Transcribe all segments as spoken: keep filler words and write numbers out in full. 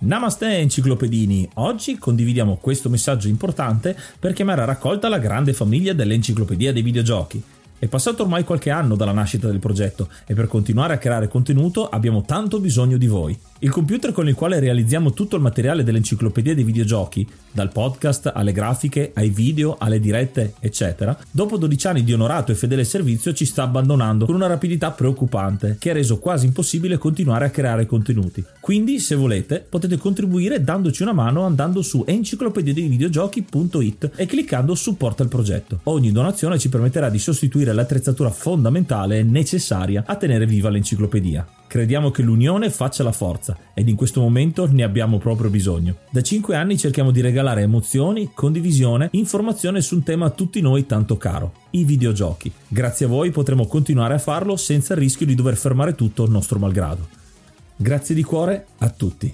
Namaste enciclopedini, oggi condividiamo questo messaggio importante per chiamare a raccolta la grande famiglia dell'enciclopedia dei videogiochi. È passato ormai qualche anno dalla nascita del progetto e per continuare a creare contenuto abbiamo tanto bisogno di voi. Il computer con il quale realizziamo tutto il materiale dell'enciclopedia dei videogiochi, dal podcast alle grafiche, ai video, alle dirette, eccetera, dopo dodici anni di onorato e fedele servizio ci sta abbandonando con una rapidità preoccupante che ha reso quasi impossibile continuare a creare contenuti. Quindi, se volete, potete contribuire dandoci una mano andando su enciclopedia dei videogiochi punto it e cliccando supporta il progetto. Ogni donazione ci permetterà di sostituire l'attrezzatura fondamentale e necessaria a tenere viva l'enciclopedia. Crediamo che l'unione faccia la forza ed in questo momento ne abbiamo proprio bisogno. Da cinque anni cerchiamo di regalare emozioni, condivisione, informazione su un tema a tutti noi tanto caro, i videogiochi. Grazie a voi potremo continuare a farlo senza il rischio di dover fermare tutto nostro malgrado. Grazie di cuore a tutti.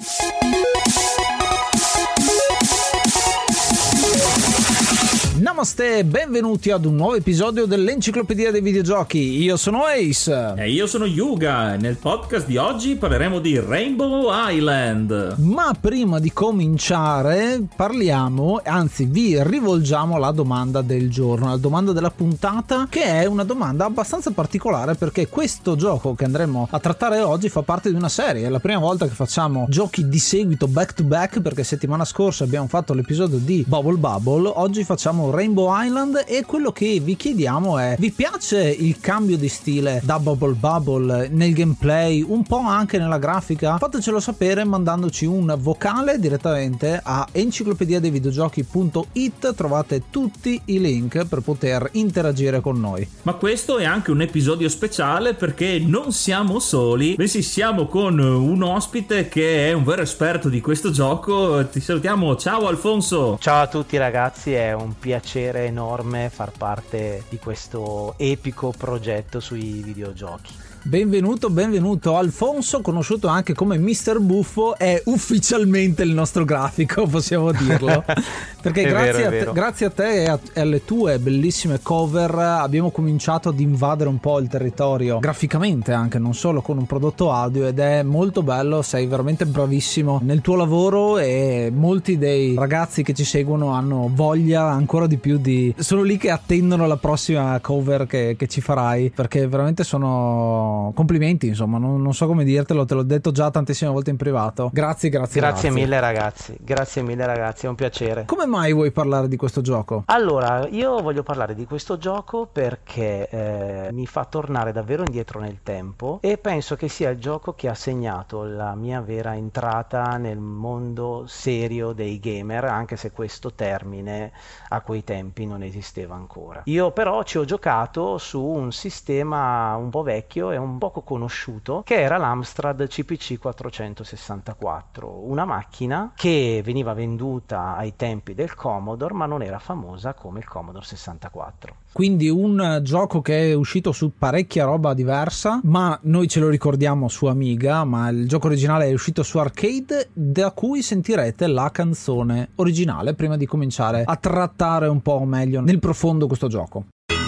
Namaste, benvenuti ad un nuovo episodio dell'Enciclopedia dei Videogiochi. Io sono Ace. E io sono Yuga. Nel podcast di oggi parleremo di Rainbow Island. Ma prima di cominciare parliamo, anzi vi rivolgiamo alla domanda del giorno, la domanda della puntata, che è una domanda abbastanza particolare perché questo gioco che andremo a trattare oggi fa parte di una serie. È la prima volta che facciamo giochi di seguito back to back, perché settimana scorsa abbiamo fatto l'episodio di Bubble Bubble, oggi facciamo Rainbow Island e quello che vi chiediamo è: vi piace il cambio di stile da Bubble Bubble nel gameplay, un po' anche nella grafica? Fatecelo sapere mandandoci un vocale direttamente a enciclopedia dei videogiochi punto it, trovate tutti i link per poter interagire con noi. Ma questo è anche un episodio speciale perché non siamo soli, bensì siamo con un ospite che è un vero esperto di questo gioco. Ti salutiamo, ciao Alfonso. Ciao a tutti ragazzi, è un piacere enorme far parte di questo epico progetto sui videogiochi. Benvenuto, benvenuto. Alfonso, conosciuto anche come mister Buffo, è ufficialmente il nostro grafico, possiamo dirlo. Perché grazie, vero, a te, grazie a te e, a, e alle tue bellissime cover abbiamo cominciato ad invadere un po' il territorio, graficamente anche, non solo con un prodotto audio, ed è molto bello, sei veramente bravissimo nel tuo lavoro e molti dei ragazzi che ci seguono hanno voglia ancora di più di... sono lì che attendono la prossima cover che, che ci farai, perché veramente sono... complimenti, insomma, non, non so come dirtelo, te l'ho detto già tantissime volte in privato. Grazie, grazie. Grazie, grazie mille ragazzi, grazie mille ragazzi, è un piacere. Come mai vuoi parlare di questo gioco? Allora, io voglio parlare di questo gioco perché eh, mi fa tornare davvero indietro nel tempo e penso che sia il gioco che ha segnato la mia vera entrata nel mondo serio dei gamer, anche se questo termine a quei tempi non esisteva ancora. Io però ci ho giocato su un sistema un po' vecchio e un poco conosciuto, che era l'Amstrad C P C quattrocentosessantaquattro, una macchina che veniva venduta ai tempi del Commodore ma non era famosa come il Commodore sessantaquattro. Quindi un gioco che è uscito su parecchia roba diversa, ma noi ce lo ricordiamo su Amiga, ma il gioco originale è uscito su arcade, da cui sentirete la canzone originale prima di cominciare a trattare un po' meglio nel profondo questo gioco.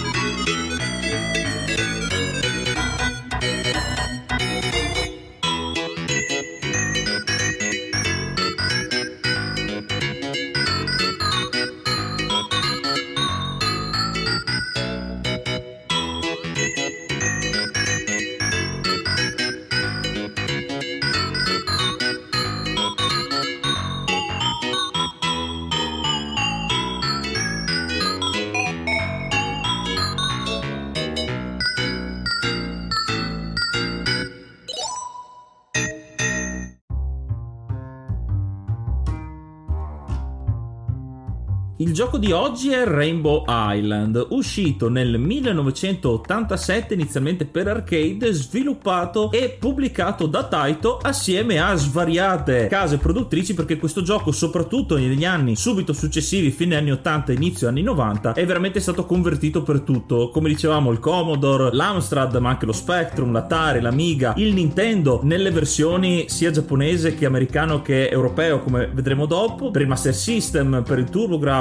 Il gioco di oggi è Rainbow Island, uscito nel millenovecentottantasette inizialmente per arcade, sviluppato e pubblicato da Taito assieme a svariate case produttrici, perché questo gioco, soprattutto negli anni subito successivi, fine anni ottanta inizio anni novanta, è veramente stato convertito per tutto. Come dicevamo, il Commodore, l'Amstrad, ma anche lo Spectrum, l'Atari, l'Amiga, il Nintendo nelle versioni sia giapponese che americano che europeo, come vedremo dopo, per il Master System, per il TurboGrafx,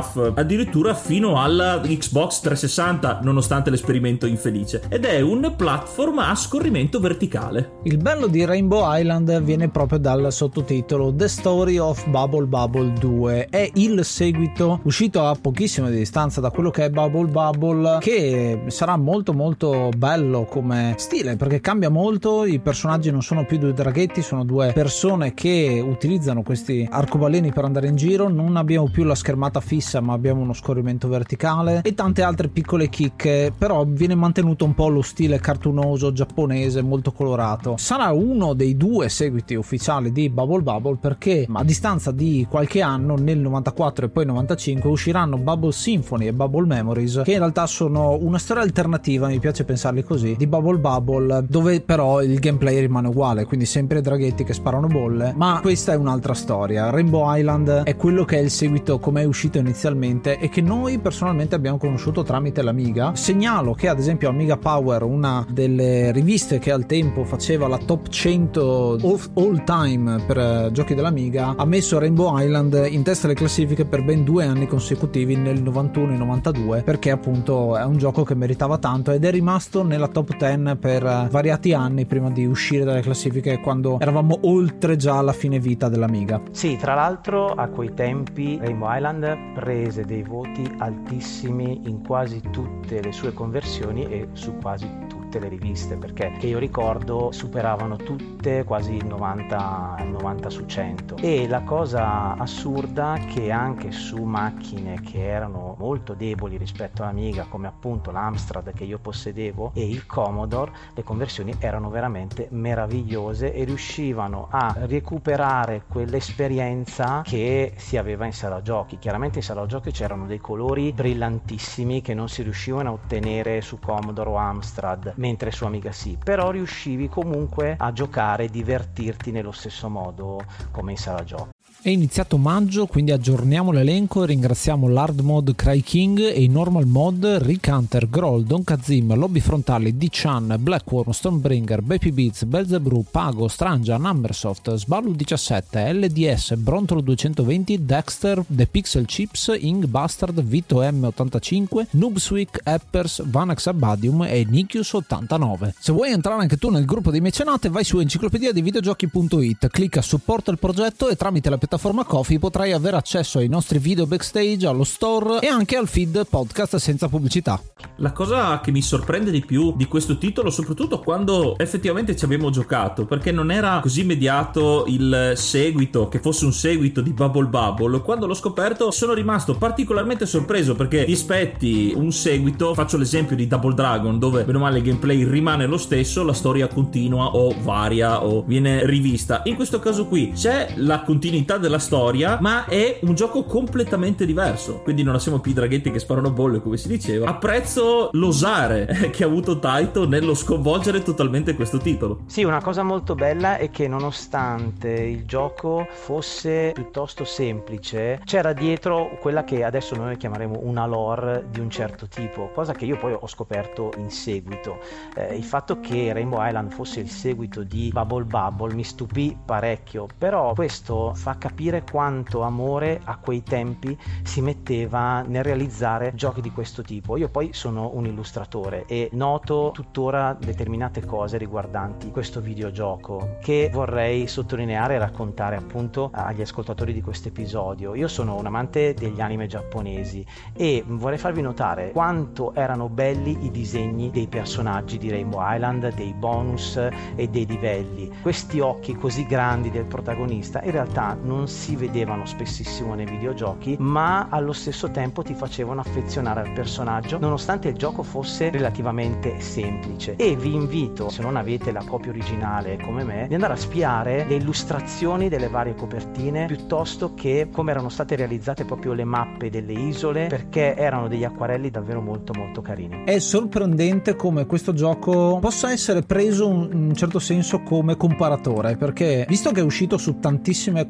spin-off addirittura fino alla Xbox trecentosessanta, nonostante l'esperimento infelice, ed è un platform a scorrimento verticale. Il bello di Rainbow Island viene proprio dal sottotitolo The Story of Bubble Bobble due. È il seguito uscito a pochissima distanza da quello che è Bubble Bobble, che sarà molto molto bello come stile perché cambia molto. I personaggi non sono più due draghetti, sono due persone che utilizzano questi arcobaleni per andare in giro. Non abbiamo più la schermata fissa, ma abbiamo uno scorrimento verticale e tante altre piccole chicche, però viene mantenuto un po' lo stile cartunoso giapponese molto colorato. Sarà uno dei due seguiti ufficiali di Bubble Bobble perché a distanza di qualche anno, nel novantaquattro e poi novantacinque, usciranno Bubble Symphony e Bubble Memories, che in realtà sono una storia alternativa, mi piace pensarli così, di Bubble Bobble, dove però il gameplay rimane uguale, quindi sempre draghetti che sparano bolle, ma questa è un'altra storia. Rainbow Island è quello che è il seguito come è uscito inizialmente e che noi personalmente abbiamo conosciuto tramite l'Amiga. Segnalo che ad esempio Amiga Power, una delle riviste che al tempo faceva la top cento all time per giochi dell'Amiga, ha messo Rainbow Island in testa alle classifiche per ben due anni consecutivi, nel novantuno e novantadue, perché appunto è un gioco che meritava tanto ed è rimasto nella top dieci per variati anni prima di uscire dalle classifiche, quando eravamo oltre già la fine vita dell'Amiga. Sì, tra l'altro a quei tempi Rainbow Island prese dei voti altissimi in quasi tutte le sue conversioni e su quasi tutte le riviste, perché che io ricordo superavano tutte quasi il novanta, il novanta su cento. E la cosa assurda che anche su macchine che erano molto deboli rispetto all'Amiga, come appunto l'Amstrad che io possedevo e il Commodore, le conversioni erano veramente meravigliose e riuscivano a recuperare quell'esperienza che si aveva in sala giochi. Chiaramente in sala giochi c'erano dei colori brillantissimi che non si riuscivano a ottenere su Commodore o Amstrad, mentre su Amiga sì, però riuscivi comunque a giocare e divertirti nello stesso modo come in sala giochi. È iniziato maggio, quindi aggiorniamo l'elenco e ringraziamo l'hard mod Cry King e i normal mod Rick Hunter, Groll, Don Kazim, Lobby Frontali, D-Chan, Blackworm, Stormbringer, Baby Beats, Belzebrew, Pago, Strangia, Numbersoft, Sballu diciassette, L D S, Brontolo duecentoventi, Dexter, The Pixel Chips, Ing Bastard, Vito M ottantacinque, Noobswick, Eppers, Vanax Abadium e Nikius ottantanove. Se vuoi entrare anche tu nel gruppo dei mecenate, vai su enciclopedia dei videogiochi punto it, clicca supporta il progetto e tramite la piattaforma Ko-fi potrai avere accesso ai nostri video backstage, allo store e anche al feed podcast senza pubblicità. La cosa che mi sorprende di più di questo titolo, soprattutto quando effettivamente ci abbiamo giocato, perché non era così immediato il seguito, che fosse un seguito di Bubble Bobble, quando l'ho scoperto sono rimasto particolarmente sorpreso, perché ti aspetti un seguito. Faccio l'esempio di Double Dragon, dove bene o male il gameplay rimane lo stesso, la storia continua o varia o viene rivista. In questo caso qui c'è la continuità della storia, ma è un gioco completamente diverso, quindi non siamo più i draghetti che sparano bolle come si diceva. Apprezzo l'osare che ha avuto Taito nello sconvolgere totalmente questo titolo. Sì, una cosa molto bella è che nonostante il gioco fosse piuttosto semplice, c'era dietro quella che adesso noi chiameremo una lore di un certo tipo, cosa che io poi ho scoperto in seguito. Eh, il fatto che Rainbow Island fosse il seguito di Bubble Bobble mi stupì parecchio, però questo fa capire quanto amore a quei tempi si metteva nel realizzare giochi di questo tipo. Io poi sono un illustratore e noto tuttora determinate cose riguardanti questo videogioco che vorrei sottolineare e raccontare appunto agli ascoltatori di questo episodio. Io sono un amante degli anime giapponesi e vorrei farvi notare quanto erano belli i disegni dei personaggi di Rainbow Island, dei bonus e dei livelli. Questi occhi così grandi del protagonista in realtà non si vedevano spessissimo nei videogiochi, ma allo stesso tempo ti facevano affezionare al personaggio nonostante il gioco fosse relativamente semplice. E vi invito, se non avete la copia originale come me, di andare a spiare le illustrazioni delle varie copertine piuttosto che come erano state realizzate proprio le mappe delle isole, perché erano degli acquarelli davvero molto molto carini. È sorprendente come questo gioco possa essere preso in un certo senso come comparatore, perché visto che è uscito su tantissime console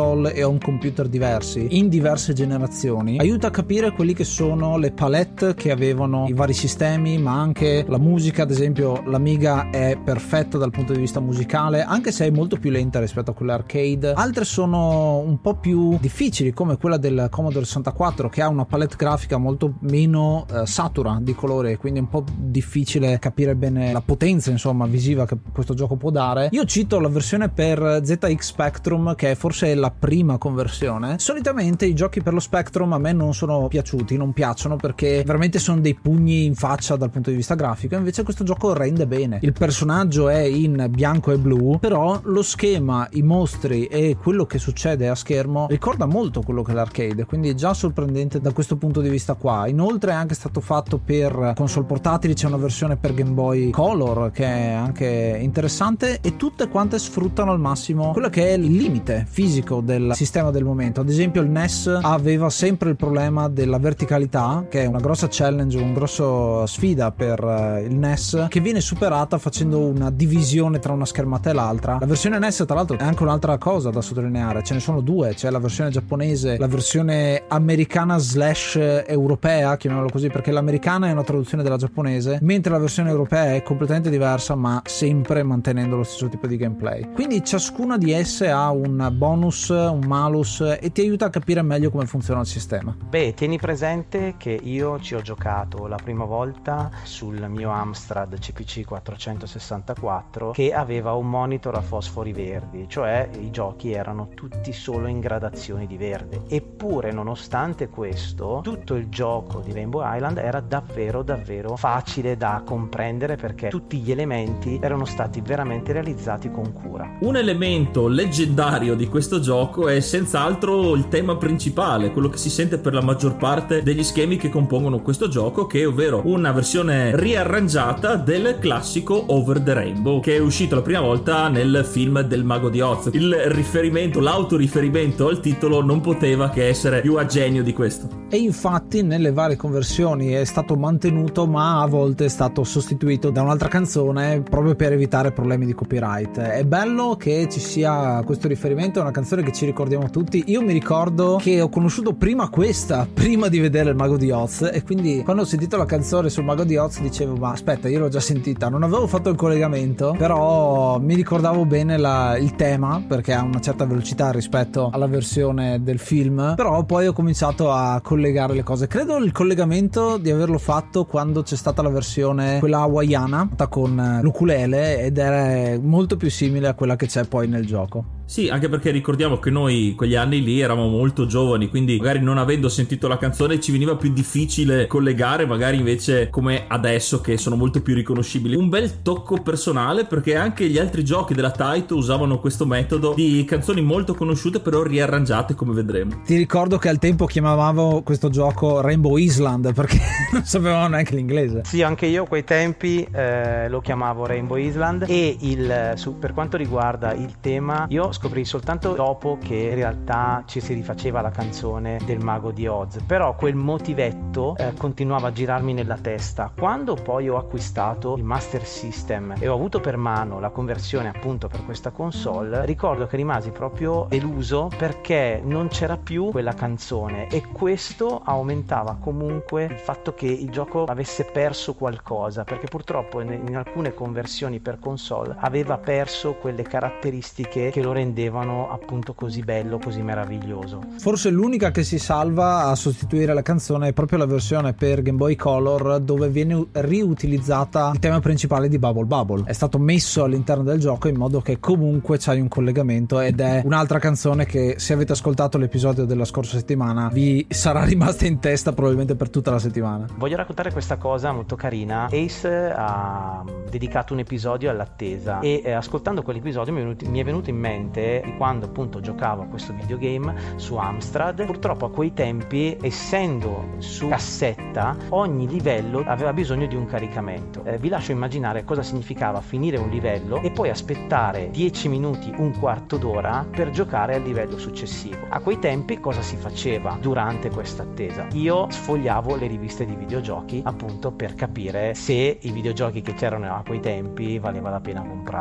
console e home computer diversi in diverse generazioni aiuta a capire quelli che sono le palette che avevano i vari sistemi, ma anche la musica. Ad esempio l'Amiga è perfetta dal punto di vista musicale, anche se è molto più lenta rispetto a quelle arcade. Altre sono un po' più difficili, come quella del Commodore sessantaquattro, che ha una palette grafica molto meno eh, satura di colore, quindi è un po' difficile capire bene la potenza, insomma, visiva che questo gioco può dare. Io cito la versione per Z X Spectrum, che è forse la prima conversione. Solitamente i giochi per lo Spectrum a me non sono piaciuti, non piacciono, perché veramente sono dei pugni in faccia dal punto di vista grafico. Invece questo gioco rende bene. Il personaggio è in bianco e blu, però lo schema, i mostri e quello che succede a schermo ricorda molto quello che è l'arcade, quindi è già sorprendente da questo punto di vista qua. Inoltre è anche stato fatto per console portatili, c'è una versione per Game Boy Color che è anche interessante, e tutte quante sfruttano al massimo quello che è il limite fisico del sistema del momento. Ad esempio il N E S aveva sempre il problema della verticalità, che è una grossa challenge, una grossa sfida per il N E S, che viene superata facendo una divisione tra una schermata e l'altra. La versione N E S tra l'altro è anche un'altra cosa da sottolineare, ce ne sono due, c'è la versione giapponese, la versione americana slash europea, chiamiamola così, perché l'americana è una traduzione della giapponese, mentre la versione europea è completamente diversa, ma sempre mantenendo lo stesso tipo di gameplay. Quindi ciascuna di esse ha un bonus, un malus, e ti aiuta a capire meglio come funziona il sistema. Beh, tieni presente che io ci ho giocato la prima volta sul mio Amstrad C P C quattrocentosessantaquattro, che aveva un monitor a fosfori verdi, cioè i giochi erano tutti solo in gradazioni di verde. Eppure, nonostante questo, tutto il gioco di Rainbow Island era davvero davvero facile da comprendere, perché tutti gli elementi erano stati veramente realizzati con cura. Un elemento leggendario di questo gioco è senz'altro il tema principale, quello che si sente per la maggior parte degli schemi che compongono questo gioco, che è ovvero una versione riarrangiata del classico Over the Rainbow, che è uscito la prima volta nel film del Mago di Oz. Il riferimento, l'autoriferimento al titolo non poteva che essere più a genio di questo. E infatti nelle varie conversioni è stato mantenuto, ma a volte è stato sostituito da un'altra canzone proprio per evitare problemi di copyright. È bello che ci sia questo riferimento, è una canzone che ci ricordiamo tutti. Io mi ricordo che ho conosciuto prima questa, prima di vedere il Mago di Oz, e quindi quando ho sentito la canzone sul Mago di Oz dicevo: ma aspetta, io l'ho già sentita. Non avevo fatto il collegamento, però mi ricordavo bene la, il tema, perché ha una certa velocità rispetto alla versione del film. Però poi ho cominciato a collegare le cose. Credo il collegamento di averlo fatto quando c'è stata la versione quella hawaiana con l'ukulele, ed era molto più simile a quella che c'è poi nel gioco. Sì, anche perché ricordiamo che noi quegli anni lì eravamo molto giovani, quindi magari non avendo sentito la canzone ci veniva più difficile collegare, magari invece come adesso che sono molto più riconoscibili. Un bel tocco personale, perché anche gli altri giochi della Taito usavano questo metodo di canzoni molto conosciute però riarrangiate, come vedremo. Ti ricordo che al tempo chiamavamo questo gioco Rainbow Island perché non sapevamo neanche l'inglese. Sì, anche io a quei tempi eh, lo chiamavo Rainbow Island, e il, su, per quanto riguarda il tema, io scoprì soltanto dopo che in realtà ci si rifaceva la canzone del Mago di Oz, però quel motivetto eh, continuava a girarmi nella testa. Quando poi ho acquistato il Master System e ho avuto per mano la conversione appunto per questa console, ricordo che rimasi proprio deluso perché non c'era più quella canzone, e questo aumentava comunque il fatto che il gioco avesse perso qualcosa, perché purtroppo in, in alcune conversioni per console aveva perso quelle caratteristiche che lo rendevano appunto così bello, così meraviglioso. Forse l'unica che si salva a sostituire la canzone è proprio la versione per Game Boy Color, dove viene riutilizzata il tema principale di Bubble Bubble. È stato messo all'interno del gioco in modo che comunque c'hai un collegamento, ed è un'altra canzone che, se avete ascoltato l'episodio della scorsa settimana, vi sarà rimasta in testa probabilmente per tutta la settimana. Voglio raccontare questa cosa molto carina. Ace ha dedicato un episodio all'attesa, e eh, ascoltando quell'episodio mi è, venuto, mi è venuto in mente di quando appunto giocavo a questo videogame su Amstrad. Purtroppo a quei tempi, essendo su cassetta, ogni livello aveva bisogno di un caricamento. Eh, vi lascio immaginare cosa significava finire un livello e poi aspettare dieci minuti, un quarto d'ora per giocare al livello successivo. A quei tempi cosa si faceva durante questa attesa? Io sfogliavo le riviste di videogiochi appunto per capire se i videogiochi che c'erano a quei tempi valeva la pena comprarli.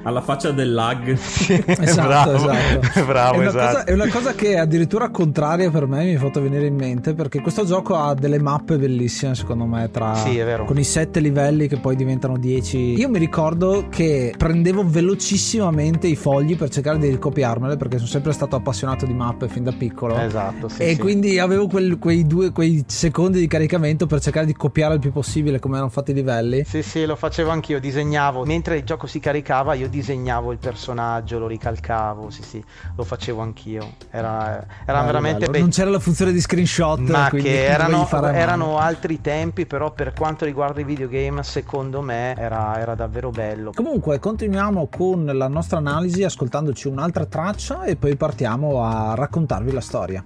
alla faccia del lag. Esatto, bravo, esatto. bravo, è, una esatto. cosa, è una cosa che addirittura contraria per me mi ha fatto venire in mente, perché questo gioco ha delle mappe bellissime secondo me, tra Sì, è vero. con i sette livelli che poi diventano dieci. Io mi ricordo che prendevo velocissimamente i fogli per cercare di ricopiarmele, perché sono sempre stato appassionato di mappe fin da piccolo. Esatto, sì, e sì. quindi avevo quel, quei due quei secondi di caricamento per cercare di copiare il più possibile come erano fatti i livelli. Sì, sì, lo facevo anch'io, disegnavo. Mentre il gioco si caricava, io disegnavo il personaggio, lo ricalcavo, sì, sì, lo facevo anch'io. Era, era Bello, veramente bello. be- Non c'era la funzione di screenshot, ma quindi che erano, dovevi fare a mano. erano altri tempi, però per quanto riguarda i videogame, secondo me era, era davvero bello. Comunque continuiamo con la nostra analisi ascoltandoci un'altra traccia e poi partiamo a raccontarvi la storia.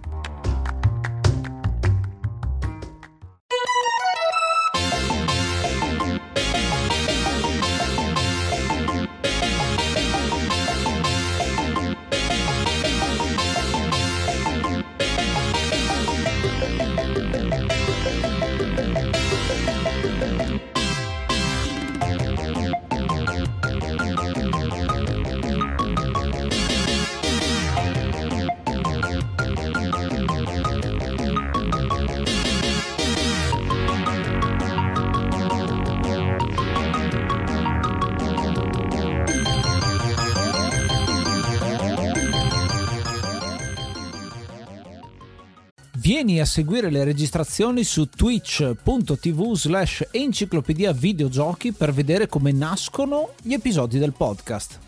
Vieni a seguire le registrazioni su twitch.tv slash enciclopedia videogiochi per vedere come nascono gli episodi del podcast.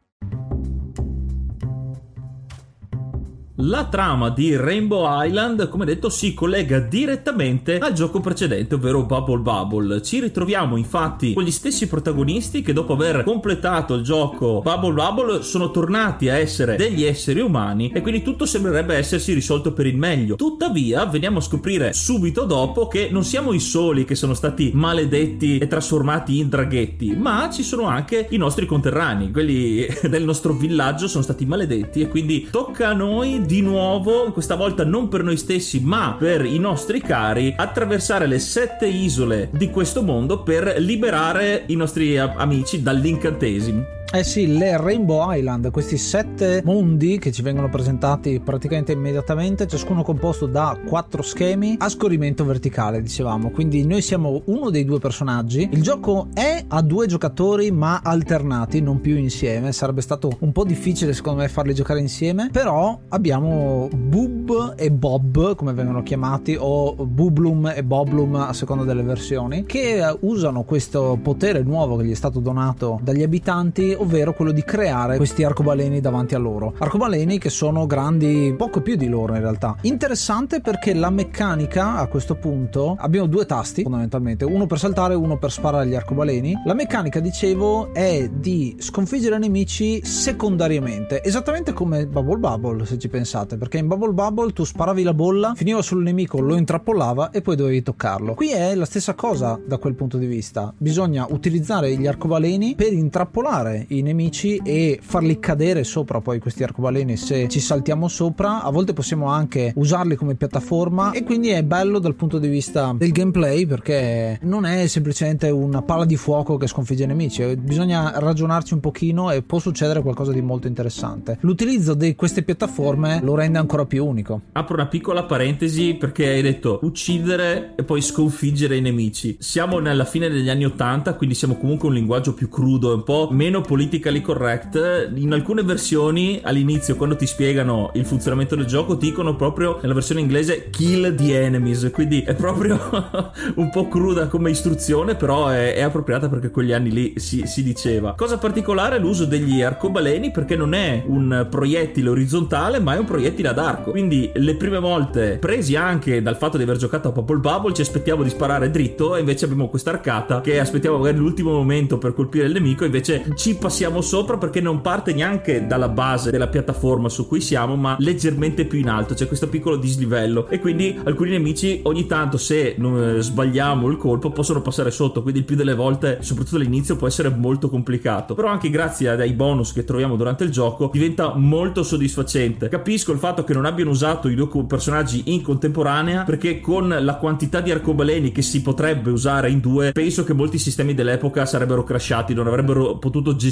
La trama di Rainbow Island, come detto, si collega direttamente al gioco precedente, ovvero Bubble Bubble. Ci ritroviamo infatti con gli stessi protagonisti che dopo aver completato il gioco Bubble Bubble sono tornati a essere degli esseri umani e quindi tutto sembrerebbe essersi risolto per il meglio. Tuttavia veniamo a scoprire subito dopo che non siamo i soli che sono stati maledetti e trasformati in draghetti, ma ci sono anche i nostri conterranei, quelli del nostro villaggio sono stati maledetti e quindi tocca a noi di nuovo, questa volta non per noi stessi ma per i nostri cari, attraversare le sette isole di questo mondo per liberare i nostri amici dall'incantesimo. Eh sì, le Rainbow Island, questi sette mondi che ci vengono presentati praticamente immediatamente, ciascuno composto da quattro schemi a scorrimento verticale, dicevamo. Quindi noi siamo uno dei due personaggi. Il gioco è a due giocatori ma alternati, non più insieme. Sarebbe stato un po' difficile secondo me farli giocare insieme, però abbiamo Boob e Bob, come vengono chiamati, o Bublum e Boblum a seconda delle versioni, che usano questo potere nuovo che gli è stato donato dagli abitanti, ovvero quello di creare questi arcobaleni davanti a loro. Arcobaleni che sono grandi poco più di loro in realtà. Interessante perché la meccanica a questo punto, abbiamo due tasti fondamentalmente, uno per saltare e uno per sparare agli arcobaleni. La meccanica, dicevo, è di sconfiggere nemici secondariamente, esattamente come Bubble Bubble se ci pensate, perché in Bubble Bubble tu sparavi la bolla, finiva sul nemico, lo intrappolava e poi dovevi toccarlo. Qui è la stessa cosa da quel punto di vista, bisogna utilizzare gli arcobaleni per intrappolare i nemici e farli cadere sopra poi questi arcobaleni. Se ci saltiamo sopra, a volte possiamo anche usarli come piattaforma e quindi è bello dal punto di vista del gameplay, perché non è semplicemente una palla di fuoco che sconfigge i nemici, bisogna ragionarci un pochino e può succedere qualcosa di molto interessante. L'utilizzo di queste piattaforme lo rende ancora più unico. Apro una piccola parentesi perché hai detto uccidere e poi sconfiggere i nemici. Siamo nella fine degli anni ottanta, quindi siamo comunque un linguaggio più crudo, un po' meno politically correct. In alcune versioni all'inizio, quando ti spiegano il funzionamento del gioco, ti dicono proprio nella versione inglese kill the enemies, quindi è proprio un po' cruda come istruzione, però è, è appropriata perché quegli anni lì si, si diceva. Cosa particolare è l'uso degli arcobaleni, perché non è un proiettile orizzontale ma è un proiettile ad arco, quindi le prime volte, presi anche dal fatto di aver giocato a Bubble Bubble, ci aspettiamo di sparare dritto e invece abbiamo questa arcata che aspettiamo magari l'ultimo momento per colpire il nemico, invece ci passiamo sopra perché non parte neanche dalla base della piattaforma su cui siamo ma leggermente più in alto, c'è questo piccolo dislivello e quindi alcuni nemici ogni tanto, se non sbagliamo il colpo, possono passare sotto, quindi il più delle volte, soprattutto all'inizio, può essere molto complicato, però anche grazie ai bonus che troviamo durante il gioco diventa molto soddisfacente. Capisco il fatto che non abbiano usato i due personaggi in contemporanea, perché con la quantità di arcobaleni che si potrebbe usare in due, penso che molti sistemi dell'epoca sarebbero crashati, non avrebbero potuto gestire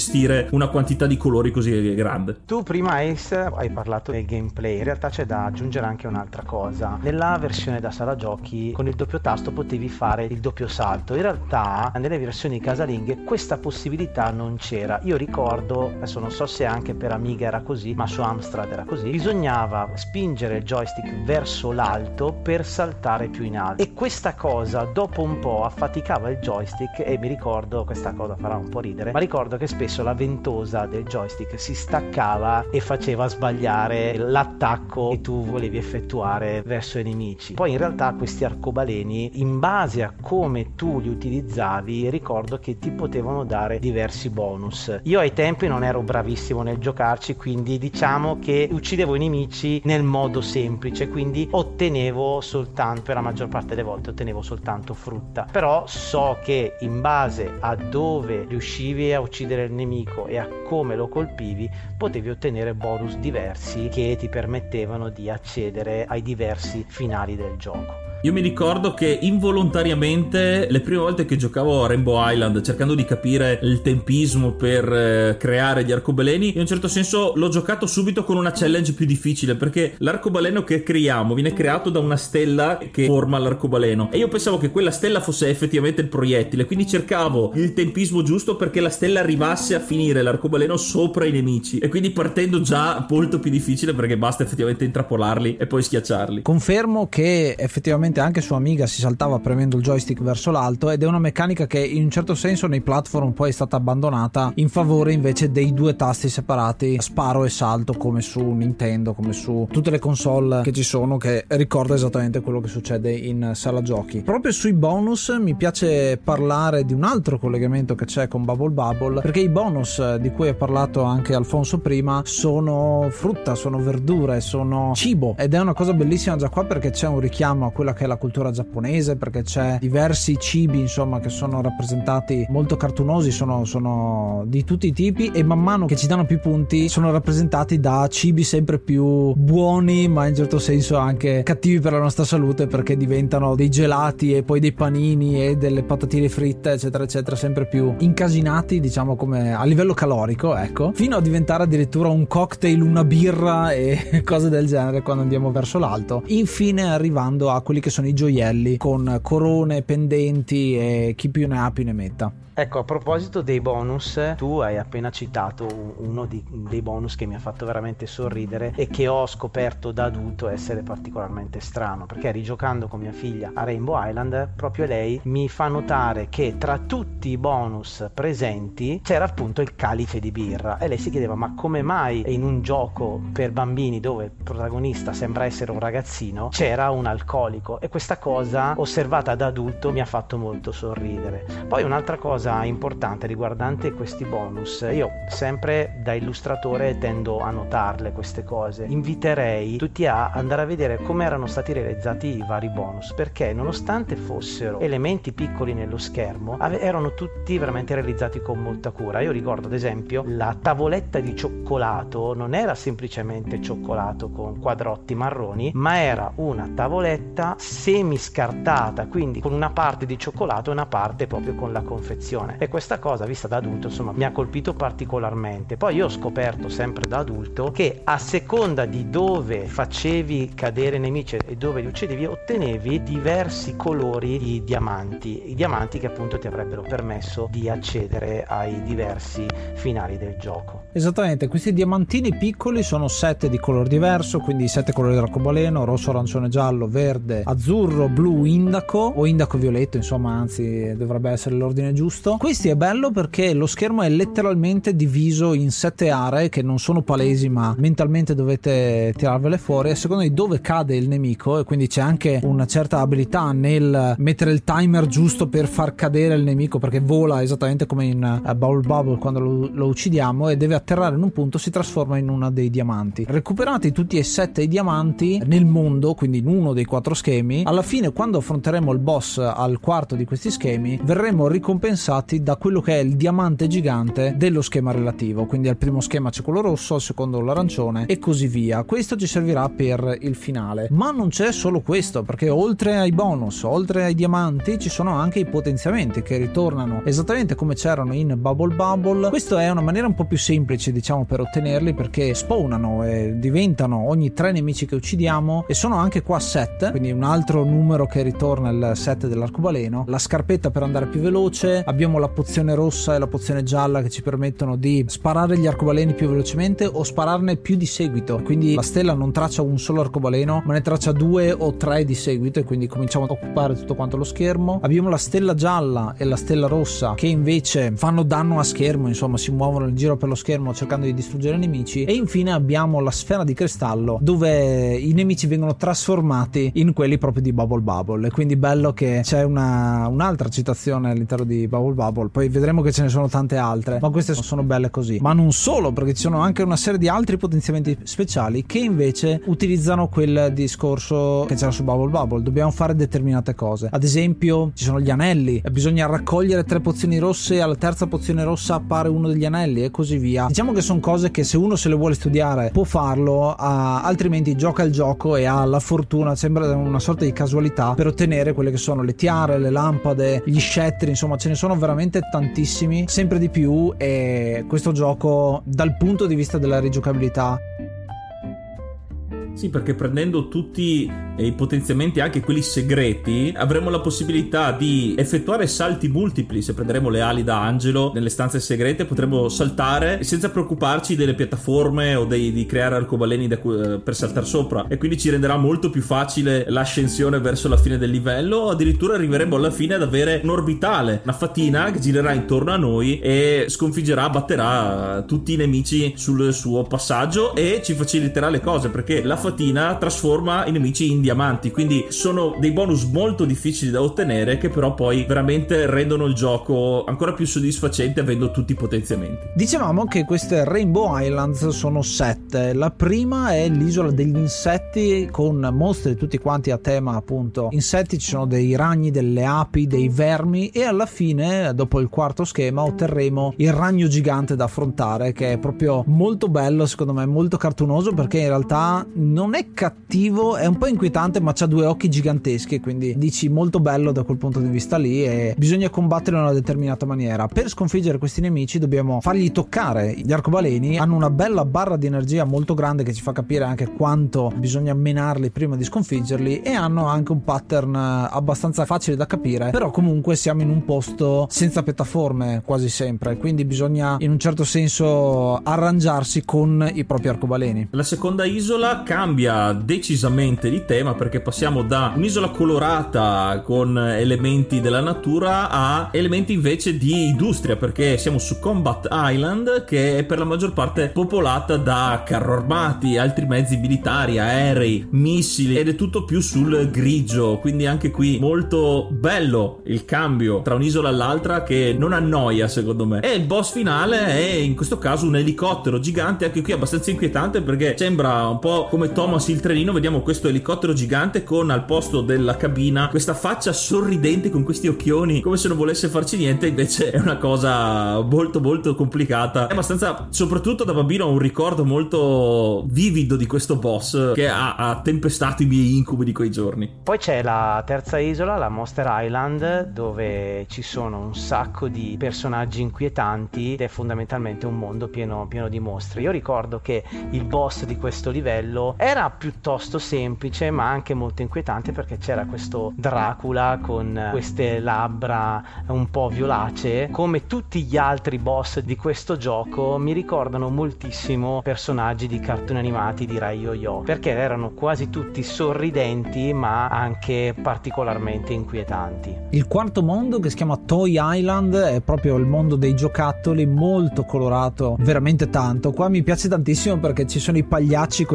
gestire una quantità di colori così grande. Tu prima, Ace, hai parlato del gameplay. In realtà c'è da aggiungere anche un'altra cosa. Nella versione da sala giochi con il doppio tasto potevi fare il doppio salto. In realtà nelle versioni casalinghe questa possibilità non c'era. Io ricordo, adesso non so se anche per Amiga era così, ma su Amstrad era così, bisognava spingere il joystick verso l'alto per saltare più in alto, e questa cosa dopo un po' affaticava il joystick. E mi ricordo, questa cosa farà un po' ridere, ma ricordo che spesso la ventosa del joystick si staccava e faceva sbagliare l'attacco che tu volevi effettuare verso i nemici. Poi in realtà questi arcobaleni, in base a come tu li utilizzavi, ricordo che ti potevano dare diversi bonus. Io ai tempi non ero bravissimo nel giocarci, quindi diciamo che uccidevo i nemici nel modo semplice, quindi ottenevo soltanto, per la maggior parte delle volte ottenevo soltanto frutta. Però so che in base a dove riuscivi a uccidere il nemico e a come lo colpivi, potevi ottenere bonus diversi che ti permettevano di accedere ai diversi finali del gioco. Io mi ricordo che involontariamente le prime volte che giocavo a Rainbow Island, cercando di capire il tempismo per eh, creare gli arcobaleni, in un certo senso l'ho giocato subito con una challenge più difficile, perché l'arcobaleno che creiamo viene creato da una stella che forma l'arcobaleno, e io pensavo che quella stella fosse effettivamente il proiettile, quindi cercavo il tempismo giusto perché la stella arrivasse a finire l'arcobaleno sopra i nemici, e quindi partendo già molto più difficile, perché basta effettivamente intrappolarli e poi schiacciarli. Confermo che effettivamente anche su Amiga si saltava premendo il joystick verso l'alto, ed è una meccanica che in un certo senso nei platform poi è stata abbandonata in favore invece dei due tasti separati, sparo e salto, come su Nintendo, come su tutte le console che ci sono, che ricorda esattamente quello che succede in sala giochi. Proprio sui bonus mi piace parlare di un altro collegamento che c'è con Bubble Bubble, perché i bonus di cui ha parlato anche Alfonso prima sono frutta, sono verdure, sono cibo, ed è una cosa bellissima già qua, perché c'è un richiamo a quella che è la cultura giapponese, perché c'è diversi cibi insomma che sono rappresentati molto cartunosi, sono, sono di tutti i tipi, e man mano che ci danno più punti sono rappresentati da cibi sempre più buoni, ma in certo senso anche cattivi per la nostra salute, perché diventano dei gelati e poi dei panini e delle patatine fritte eccetera eccetera, sempre più incasinati, diciamo, come a livello calorico, ecco, fino a diventare addirittura un cocktail, una birra e cose del genere quando andiamo verso l'alto, infine arrivando a quelli che sono i gioielli con corone, pendenti e chi più ne ha più ne metta. Ecco, a proposito dei bonus, tu hai appena citato uno di, dei bonus che mi ha fatto veramente sorridere e che ho scoperto da adulto essere particolarmente strano, perché rigiocando con mia figlia a Rainbow Island, proprio lei mi fa notare che tra tutti i bonus presenti c'era appunto il calice di birra, e lei si chiedeva ma come mai in un gioco per bambini dove il protagonista sembra essere un ragazzino c'era un alcolico, e questa cosa osservata da adulto mi ha fatto molto sorridere. Poi un'altra cosa importante riguardante questi bonus, io sempre da illustratore tendo a notarle queste cose, inviterei tutti a andare a vedere come erano stati realizzati i vari bonus, perché nonostante fossero elementi piccoli nello schermo erano tutti veramente realizzati con molta cura. Io ricordo ad esempio la tavoletta di cioccolato non era semplicemente cioccolato con quadrotti marroni, ma era una tavoletta semi scartata, quindi con una parte di cioccolato e una parte proprio con la confezione, e questa cosa vista da adulto insomma mi ha colpito particolarmente. Poi io ho scoperto sempre da adulto che a seconda di dove facevi cadere i nemici e dove li uccidevi ottenevi diversi colori di diamanti, i diamanti che appunto ti avrebbero permesso di accedere ai diversi finali del gioco. Esattamente, questi diamantini piccoli sono sette di colore diverso, quindi sette colori dell'arcobaleno: rosso, arancione, giallo, verde, azzurro, blu, indaco o indaco violetto, insomma, anzi dovrebbe essere l'ordine giusto. Questi è bello perché lo schermo è letteralmente diviso in sette aree che non sono palesi, ma mentalmente dovete tirarvele fuori a seconda di dove cade il nemico, e quindi c'è anche una certa abilità nel mettere il timer giusto per far cadere il nemico, perché vola esattamente come in uh, Bubble Bubble quando lo, lo uccidiamo, e deve atterrare in un punto, si trasforma in uno dei diamanti. Recuperati tutti e sette i diamanti nel mondo, quindi in uno dei quattro schemi, schemi, alla fine quando affronteremo il boss al quarto di questi schemi verremo ricompensati da quello che è il diamante gigante dello schema relativo. Quindi al primo schema c'è quello rosso, al secondo l'arancione e così via. Questo ci servirà per il finale, ma non c'è solo questo, perché oltre ai bonus, oltre ai diamanti, ci sono anche i potenziamenti che ritornano esattamente come c'erano in Bubble Bubble. Questo è una maniera un po' più semplice, diciamo, per ottenerli, perché spawnano e diventano ogni tre nemici che uccidiamo, e sono anche qua set, quindi un altro numero che ritorna, il set dell'arcobaleno, la scarpetta per andare più veloce, abbiamo la pozione rossa e la pozione gialla che ci permettono di sparare gli arcobaleni più velocemente o spararne più di seguito, quindi la stella non traccia un solo arcobaleno ma ne traccia due o tre di seguito, e quindi cominciamo ad occupare tutto quanto lo schermo. Abbiamo la stella gialla e la stella rossa che invece fanno danno a schermo, insomma si muovono in giro per lo schermo cercando di distruggere i nemici. E infine abbiamo la sfera di cristallo dove i nemici vengono trasformati in quelli proprio di Bubble Bubble, e quindi bello che c'è una, un'altra citazione all'interno di Bubble Bubble, poi vedremo che ce ne sono tante altre, ma queste sono belle così. Ma non solo, perché ci sono anche una serie di altri potenziamenti speciali che invece utilizzano quel discorso che c'era su Bubble Bubble. Dobbiamo fare determinate cose, ad esempio ci sono gli anelli, bisogna raccogliere tre pozioni rosse, alla terza pozione rossa appare uno degli anelli e così via. Diciamo che sono cose che se uno se le vuole studiare può farlo, ah, altrimenti gioca il gioco e ha la fortuna, sembra una sorta di casualità, per ottenere quelle che sono le tiare, le lampade, gli scettri, insomma ce ne sono veramente tantissimi, sempre di più. E questo gioco dal punto di vista della rigiocabilità, sì, perché prendendo tutti i potenziamenti, anche quelli segreti, avremo la possibilità di effettuare salti multipli. Se prenderemo le ali da angelo nelle stanze segrete potremo saltare senza preoccuparci delle piattaforme o dei, di creare arcobaleni da, per saltare sopra, e quindi ci renderà molto più facile l'ascensione verso la fine del livello. Addirittura arriveremo alla fine ad avere un orbitale, una fatina che girerà intorno a noi e sconfiggerà, batterà tutti i nemici sul suo passaggio e ci faciliterà le cose, perché la fatina trasforma i nemici in diamanti, quindi sono dei bonus molto difficili da ottenere, che però poi veramente rendono il gioco ancora più soddisfacente avendo tutti i potenziamenti. Dicevamo che queste Rainbow Islands sono sette. La prima è l'isola degli insetti, con mostri tutti quanti a tema appunto insetti. Ci sono dei ragni, delle api, dei vermi, e alla fine, dopo il quarto schema, otterremo il ragno gigante da affrontare, che è proprio molto bello, secondo me molto cartunoso, perché in realtà non è cattivo, è un po' inquietante, ma c'ha due occhi giganteschi, quindi dici molto bello da quel punto di vista lì, e bisogna combattere in una determinata maniera. Per sconfiggere questi nemici dobbiamo fargli toccare gli arcobaleni, hanno una bella barra di energia molto grande che ci fa capire anche quanto bisogna menarli prima di sconfiggerli, e hanno anche un pattern abbastanza facile da capire, però comunque siamo in un posto senza piattaforme quasi sempre, quindi bisogna in un certo senso arrangiarsi con i propri arcobaleni. La seconda isola cambia decisamente di tema, perché passiamo da un'isola colorata con elementi della natura a elementi invece di industria, perché siamo su Combat Island, che è per la maggior parte popolata da carro armati, altri mezzi militari, aerei, missili, ed è tutto più sul grigio, quindi anche qui molto bello il cambio tra un'isola all'altra, che non annoia secondo me. E il boss finale è in questo caso un elicottero gigante, anche qui abbastanza inquietante, perché sembra un po' come Thomas il trenino. Vediamo questo elicottero gigante con al posto della cabina questa faccia sorridente con questi occhioni come se non volesse farci niente, invece è una cosa molto molto complicata. È abbastanza, soprattutto da bambino, ho un ricordo molto vivido di questo boss che ha, ha tempestato i miei incubi di quei giorni. Poi c'è la terza isola, la Monster Island, dove ci sono un sacco di personaggi inquietanti ed è fondamentalmente un mondo pieno, pieno di mostri. Io ricordo che il boss di questo livello era piuttosto semplice ma anche molto inquietante, perché c'era questo Dracula con queste labbra un po' violacee. Come tutti gli altri boss di questo gioco mi ricordano moltissimo personaggi di cartoni animati di Rai Yo-Yo, perché erano quasi tutti sorridenti ma anche particolarmente inquietanti. Il quarto mondo, che si chiama Toy Island, è proprio il mondo dei giocattoli, molto colorato, veramente tanto. Qua mi piace tantissimo perché ci sono i pagliacci con gli occhiali da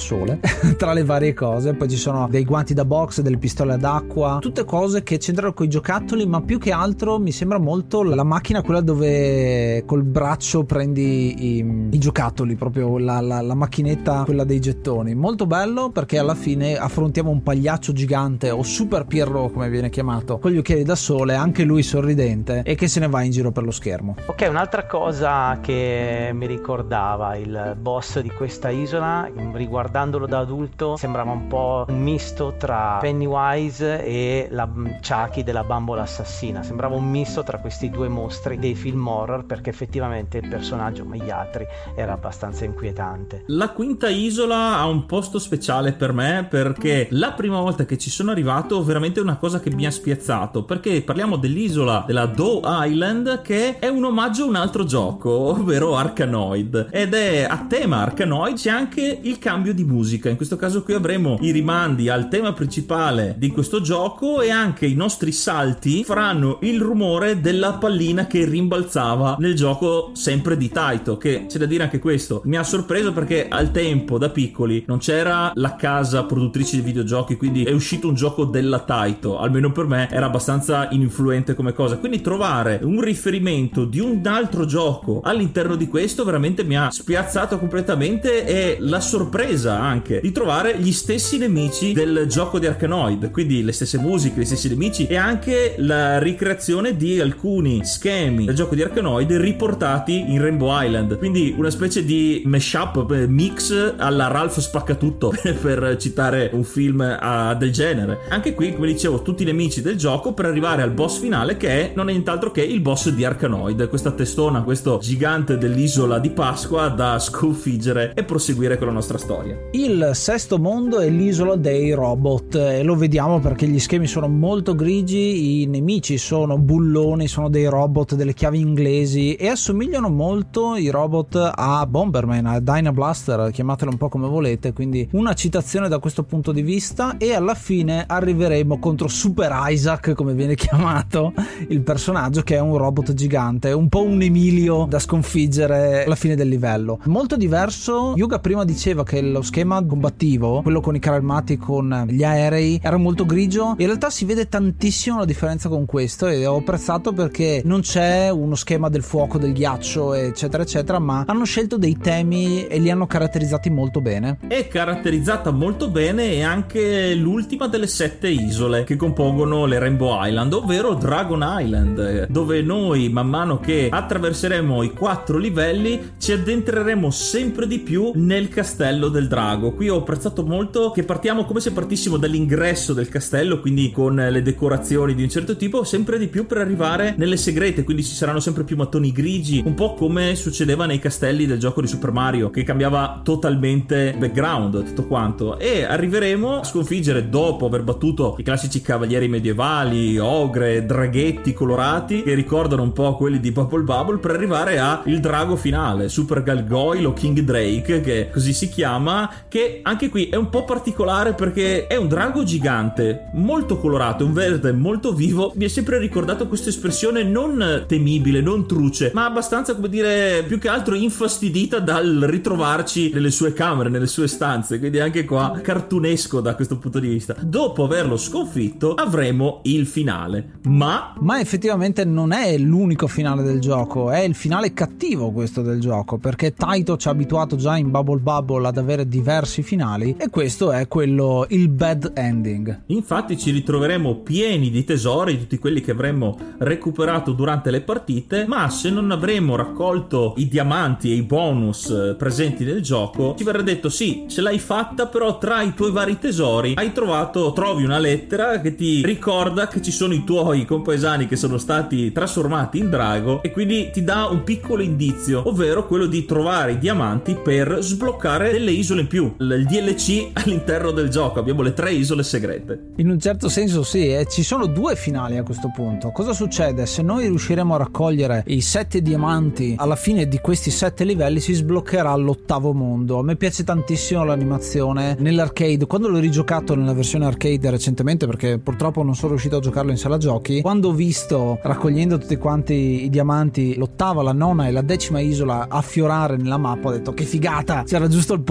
sole tra le varie cose. Poi ci sono dei guanti da box, delle pistole ad acqua, tutte cose che c'entrano con i giocattoli, ma più che altro mi sembra molto la macchina quella dove col braccio prendi i, i giocattoli, proprio la, la, la macchinetta quella dei gettoni. Molto bello, perché alla fine affrontiamo un pagliaccio gigante, o Super Pierrot come viene chiamato, con gli occhiali da sole, anche lui sorridente, e che se ne va in giro per lo schermo. Ok, un'altra cosa che mi ricordava il boss di questa isola, riguardandolo da adulto, sembrava un po' un misto tra Pennywise e la Chucky della bambola assassina. Sembrava un misto tra questi due mostri dei film horror, perché effettivamente il personaggio, come gli altri, era abbastanza inquietante. La quinta isola ha un posto speciale per me, perché la prima volta che ci sono arrivato veramente è una cosa che mi ha spiazzato, perché parliamo dell'isola della Doe Island, che è un omaggio a un altro gioco, ovvero Arkanoid, ed è a tema Arkanoid. C'è anche il cambio di musica, in questo caso qui avremo i rimandi al tema principale di questo gioco, e anche i nostri salti faranno il rumore della pallina che rimbalzava nel gioco sempre di Taito, che c'è da dire anche questo mi ha sorpreso, perché al tempo da piccoli non c'era la casa produttrice di videogiochi, quindi è uscito un gioco della Taito, almeno per me era abbastanza influente come cosa, quindi trovare un riferimento di un altro gioco all'interno di questo veramente mi ha spiazzato completamente, e la sorpresa anche di trovare gli stessi nemici del gioco di Arkanoid, quindi le stesse musiche, gli stessi nemici, e anche la ricreazione di alcuni schemi del gioco di Arkanoid riportati in Rainbow Island, quindi una specie di mashup, mix alla Ralph Spaccatutto per citare un film uh, del genere. Anche qui, come dicevo, tutti i nemici del gioco per arrivare al boss finale, che è, non è nient'altro che il boss di Arkanoid, questa testona, questo gigante dell'isola di Pasqua da sconfiggere e proseguire con la nostra storia. Il sesto mondo è l'isola dei robot, e lo vediamo perché gli schemi sono molto grigi, i nemici sono bulloni, sono dei robot, delle chiavi inglesi, e assomigliano molto i robot a Bomberman, a Dynablaster, chiamatelo un po' come volete, quindi una citazione da questo punto di vista. E alla fine arriveremo contro Super Isaac, come viene chiamato il personaggio, che è un robot gigante, un po' un Emilio da sconfiggere alla fine del livello. Molto diverso. Yuga prima diceva che lo schema combattivo, quello con i carri armati, con gli aerei, era molto grigio. In realtà si vede tantissimo la differenza con questo, e ho apprezzato perché non c'è uno schema del fuoco, del ghiaccio, eccetera eccetera, ma hanno scelto dei temi e li hanno caratterizzati molto bene. È caratterizzata molto bene, e anche l'ultima delle sette isole che compongono le Rainbow Island, ovvero Dragon Island, dove noi, man mano che attraverseremo i quattro livelli, ci addentreremo sempre di più nel castello del drago. Qui ho apprezzato molto che partiamo come se partissimo dall'ingresso del castello, quindi con le decorazioni di un certo tipo, sempre di più per arrivare nelle segrete, quindi ci saranno sempre più mattoni grigi, un po' come succedeva nei castelli del gioco di Super Mario, che cambiava totalmente background, tutto quanto, e arriveremo a sconfiggere, dopo aver battuto i classici cavalieri medievali, ogre, draghetti colorati che ricordano un po' quelli di Bubble Bubble, per arrivare a il drago finale, Super Gargoyle o King Drake, che così si chiama, che anche qui è un po' particolare perché è un drago gigante, molto colorato, un verde molto vivo. Mi è sempre ricordato questa espressione non temibile, non truce, ma abbastanza, come dire, più che altro infastidita dal ritrovarci nelle sue camere, nelle sue stanze, quindi anche qua cartunesco da questo punto di vista. Dopo averlo sconfitto avremo il finale, ma ma effettivamente non è l'unico finale del gioco, è il finale cattivo questo del gioco, perché Taito ci ha abituato già in Bubble Bubble ad avere diversi finali, e questo è quello, il bad ending. Infatti ci ritroveremo pieni di tesori, tutti quelli che avremmo recuperato durante le partite, ma se non avremo raccolto i diamanti e i bonus presenti nel gioco, ci verrà detto: sì, ce l'hai fatta, però tra i tuoi vari tesori hai trovato, trovi una lettera che ti ricorda che ci sono i tuoi compaesani che sono stati trasformati in drago, e quindi ti dà un piccolo indizio, ovvero quello di trovare i diamanti per sbloccare delle isole in più, il D L C all'interno del gioco. Abbiamo le tre isole segrete. In un certo senso sì, e ci sono due finali a questo punto. Cosa succede? Se noi riusciremo a raccogliere i sette diamanti alla fine di questi sette livelli, si sbloccherà l'ottavo mondo. A me piace tantissimo l'animazione nell'arcade. Quando l'ho rigiocato nella versione arcade recentemente, perché purtroppo non sono riuscito a giocarlo in sala giochi, quando ho visto, raccogliendo tutti quanti i diamanti, l'ottava, la nona e la decima isola affiorare nella mappa, ho detto che figata, c'era giusto il posto, ma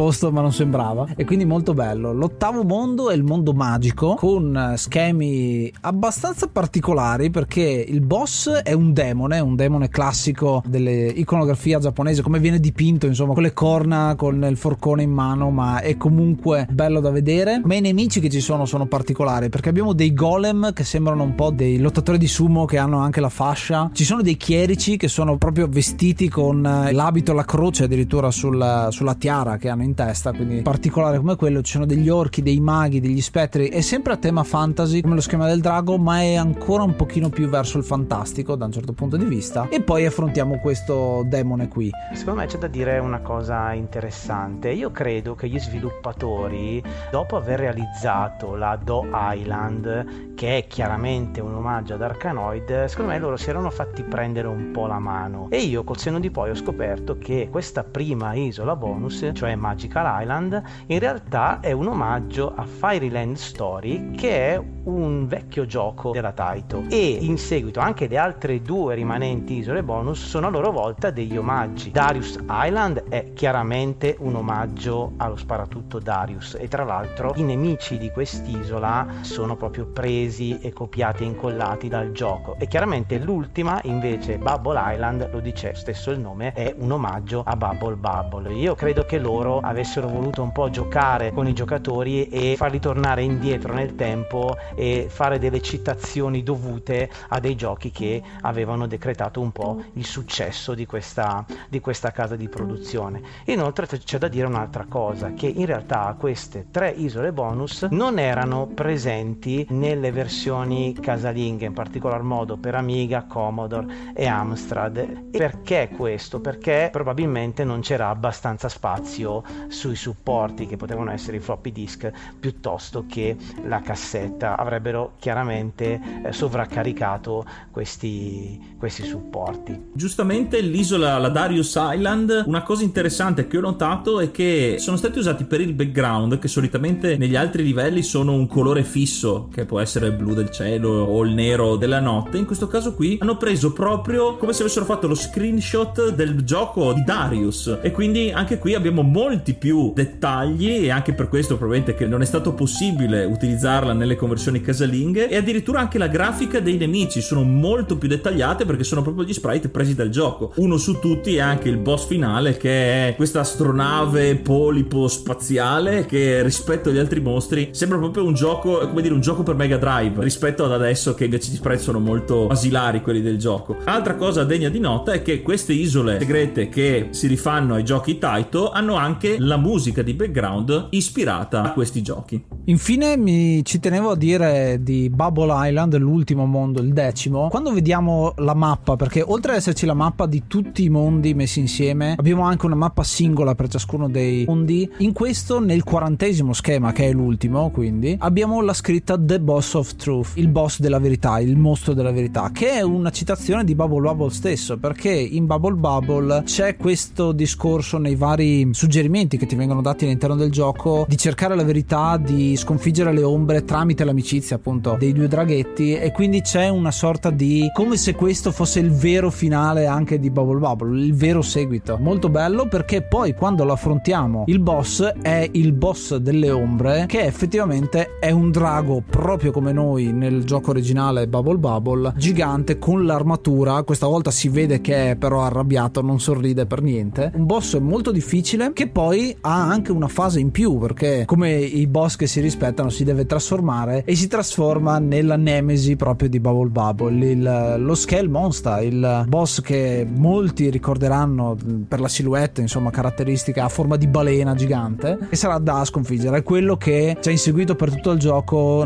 non sembrava, e quindi molto bello. L'ottavo mondo è il mondo magico, con schemi abbastanza particolari, perché il boss è un demone, un demone classico dell'iconografia giapponese, come viene dipinto, insomma, con le corna, con il forcone in mano, ma è comunque bello da vedere. Ma i nemici che ci sono sono particolari, perché abbiamo dei golem che sembrano un po' dei lottatori di sumo, che hanno anche la fascia. Ci sono dei chierici che sono proprio vestiti con l'abito, la croce addirittura sul, sulla tiara che hanno in testa, quindi particolare come quello. Ci sono degli orchi, dei maghi, degli spettri. È sempre a tema fantasy come lo schema del drago, ma è ancora un pochino più verso il fantastico da un certo punto di vista. E poi affrontiamo questo demone qui. Secondo me c'è da dire una cosa interessante. Io credo che gli sviluppatori, dopo aver realizzato la Do Island, che è chiaramente un omaggio ad Arkanoid, secondo me loro si erano fatti prendere un po' la mano. E io col senno di poi ho scoperto che questa prima isola bonus, cioè Magical Island, in realtà è un omaggio a Fairyland Story, che è un vecchio gioco della Taito, e in seguito anche le altre due rimanenti isole bonus sono a loro volta degli omaggi. Darius Island è chiaramente un omaggio allo sparatutto Darius, e tra l'altro i nemici di quest'isola sono proprio presi e copiati e incollati dal gioco. E chiaramente l'ultima invece, Bubble Island, lo dice stesso il nome, è un omaggio a Bubble Bubble. Io credo che loro avessero voluto un po' giocare con i giocatori e farli tornare indietro nel tempo e fare delle citazioni dovute a dei giochi che avevano decretato un po' il successo di questa, di questa casa di produzione. Inoltre c'è da dire un'altra cosa, che in realtà queste tre isole bonus non erano presenti nelle versioni casalinghe, in particolar modo per Amiga, Commodore e Amstrad. E perché questo? Perché probabilmente non c'era abbastanza spazio sui supporti, che potevano essere i floppy disk piuttosto che la cassetta. Avrebbero chiaramente eh, sovraccaricato questi, questi supporti. Giustamente l'isola, la Darius Island, una cosa interessante che ho notato è che sono stati usati per il background, che solitamente negli altri livelli sono un colore fisso, che può essere il blu del cielo o il nero della notte. In questo caso qui hanno preso proprio come se avessero fatto lo screenshot del gioco di Darius, e quindi anche qui abbiamo molti più dettagli, e anche per questo probabilmente che non è stato possibile utilizzarla nelle conversioni casalinghe. E addirittura anche la grafica dei nemici sono molto più dettagliate, perché sono proprio gli sprite presi dal gioco. Uno su tutti è anche il boss finale, che è questa astronave polipo spaziale, che rispetto agli altri mostri sembra proprio un gioco, come dire, un gioco per Mega Drive, rispetto ad adesso che invece gli sprite sono molto basilari, quelli del gioco. Altra cosa degna di nota è che queste isole segrete, che si rifanno ai giochi Taito, hanno anche la musica di background ispirata a questi giochi. Infine mi ci tenevo a dire di Bubble Island, l'ultimo mondo, il decimo. Quando vediamo la mappa, perché oltre ad esserci la mappa di tutti i mondi messi insieme, abbiamo anche una mappa singola per ciascuno dei mondi. In questo, nel quarantesimo schema, che è l'ultimo, quindi abbiamo la scritta The Boss of Truth, il boss della verità, il mostro della verità, che è una citazione di Bubble Bubble stesso, perché in Bubble Bubble c'è questo discorso nei vari suggerimenti che ti vengono dati all'interno del gioco, di cercare la verità, di sconfiggere le ombre tramite l'amicizia appunto dei due draghetti. E quindi c'è una sorta di, come se questo fosse il vero finale anche di Bubble Bubble, il vero seguito. Molto bello, perché poi quando lo affrontiamo il boss è il boss delle ombre, che effettivamente è un drago proprio come noi nel gioco originale Bubble Bubble, gigante con l'armatura. Questa volta si vede che è però arrabbiato, non sorride per niente. Un boss molto difficile, che poi ha anche una fase in più, perché come i boss che si rispettano si deve trasformare, e si trasforma nella nemesi proprio di Bubble Bubble, il, lo Scale Monster, il boss che molti ricorderanno per la silhouette insomma caratteristica a forma di balena gigante, e sarà da sconfiggere. È quello che ci ha inseguito per tutto il gioco